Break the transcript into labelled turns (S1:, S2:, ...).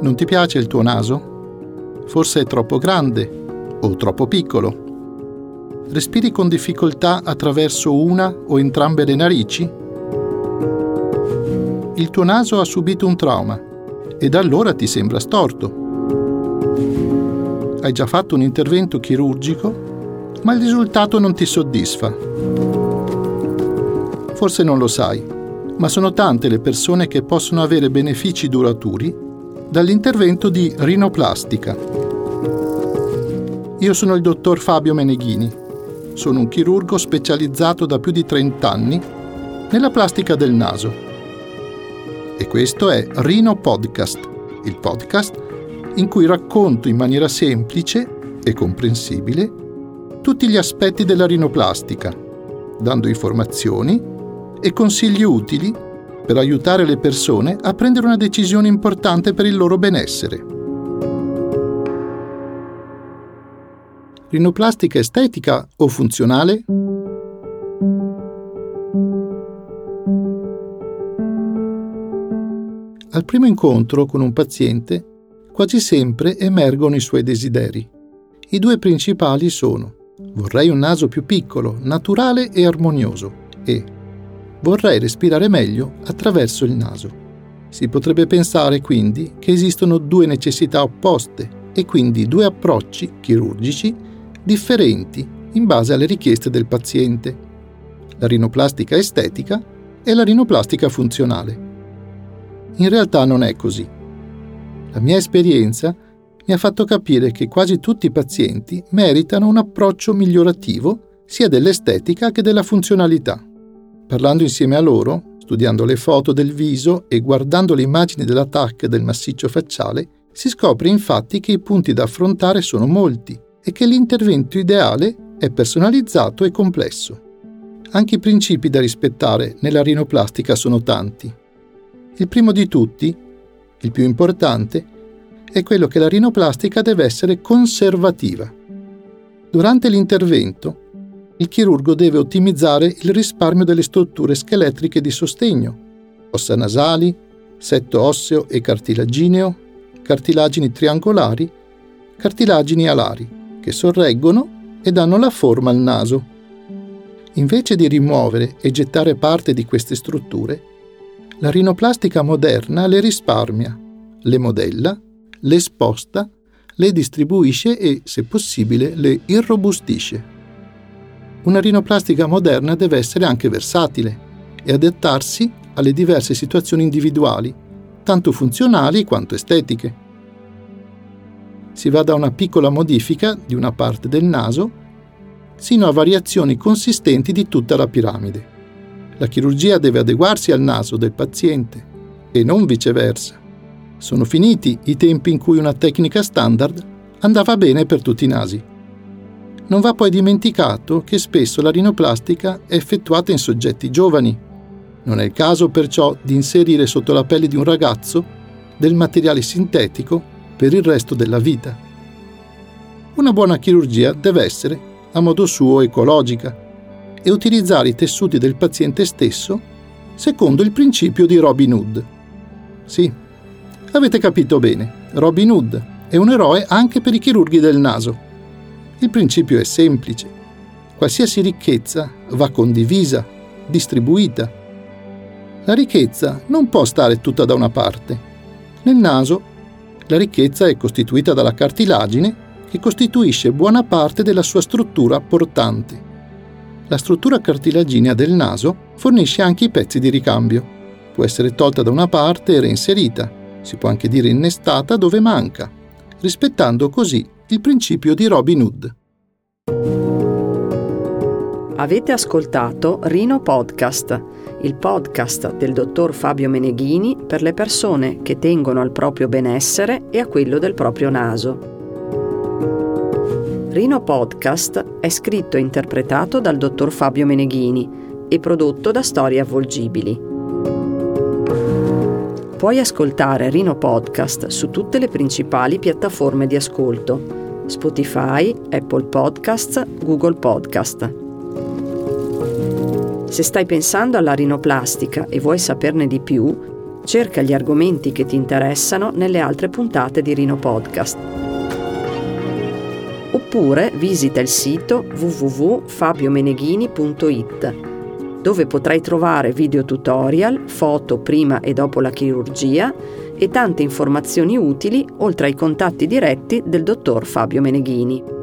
S1: Non ti piace il tuo naso? Forse è troppo grande o troppo piccolo? Respiri con difficoltà attraverso una o entrambe le narici? Il tuo naso ha subito un trauma e da allora ti sembra storto. Hai già fatto un intervento chirurgico, ma il risultato non ti soddisfa. Forse non lo sai, ma sono tante le persone che possono avere benefici duraturi dall'intervento di rinoplastica. Io sono il dottor Fabio Meneghini. Sono un chirurgo specializzato da più di 30 anni nella plastica del naso. E questo è Rino Podcast, il podcast in cui racconto in maniera semplice e comprensibile tutti gli aspetti della rinoplastica, dando informazioni e consigli utili per aiutare le persone a prendere una decisione importante per il loro benessere. Rinoplastica estetica o funzionale? Al primo incontro con un paziente, quasi sempre emergono i suoi desideri. I due principali sono: vorrei un naso più piccolo, naturale e armonioso, e vorrei respirare meglio attraverso il naso. Si potrebbe pensare quindi che esistono due necessità opposte e quindi due approcci chirurgici differenti in base alle richieste del paziente: la rinoplastica estetica e la rinoplastica funzionale. In realtà non è così. La mia esperienza mi ha fatto capire che quasi tutti i pazienti meritano un approccio migliorativo sia dell'estetica che della funzionalità. Parlando insieme a loro, studiando le foto del viso e guardando le immagini della TAC e del massiccio facciale, si scopre infatti che i punti da affrontare sono molti e che l'intervento ideale è personalizzato e complesso. Anche i principi da rispettare nella rinoplastica sono tanti. Il primo di tutti, il più importante, è quello che la rinoplastica deve essere conservativa. Durante l'intervento, il chirurgo deve ottimizzare il risparmio delle strutture scheletriche di sostegno, ossa nasali, setto osseo e cartilagineo, cartilagini triangolari, cartilagini alari, che sorreggono e danno la forma al naso. Invece di rimuovere e gettare parte di queste strutture, la rinoplastica moderna le risparmia, le modella, le sposta, le distribuisce e, se possibile, le irrobustisce. Una rinoplastica moderna deve essere anche versatile e adattarsi alle diverse situazioni individuali, tanto funzionali quanto estetiche. Si va da una piccola modifica di una parte del naso sino a variazioni consistenti di tutta la piramide. La chirurgia deve adeguarsi al naso del paziente e non viceversa. Sono finiti i tempi in cui una tecnica standard andava bene per tutti i nasi. Non va poi dimenticato che spesso la rinoplastica è effettuata in soggetti giovani. Non è il caso perciò di inserire sotto la pelle di un ragazzo del materiale sintetico per il resto della vita. Una buona chirurgia deve essere, a modo suo, ecologica e utilizzare i tessuti del paziente stesso secondo il principio di Robin Hood. Sì, avete capito bene, Robin Hood è un eroe anche per i chirurghi del naso. Il principio è semplice: qualsiasi ricchezza va condivisa, distribuita. La ricchezza non può stare tutta da una parte. Nel naso, la ricchezza è costituita dalla cartilagine, che costituisce buona parte della sua struttura portante. La struttura cartilaginea del naso fornisce anche i pezzi di ricambio. Può essere tolta da una parte e reinserita, si può anche dire innestata dove manca, rispettando così il principio di Robin Hood.
S2: Avete ascoltato Rino Podcast, il podcast del dottor Fabio Meneghini per le persone che tengono al proprio benessere e a quello del proprio naso. Rino Podcast è scritto e interpretato dal dottor Fabio Meneghini e prodotto da Storie Avvolgibili. Puoi ascoltare Rino Podcast su tutte le principali piattaforme di ascolto: Spotify, Apple Podcasts, Google Podcast. Se stai pensando alla rinoplastica e vuoi saperne di più, Cerca gli argomenti che ti interessano nelle altre puntate di Rino Podcast. Oppure visita il sito www.fabiomeneghini.it, dove potrai trovare video tutorial, foto prima e dopo la chirurgia e tante informazioni utili oltre ai contatti diretti del dottor Fabio Meneghini.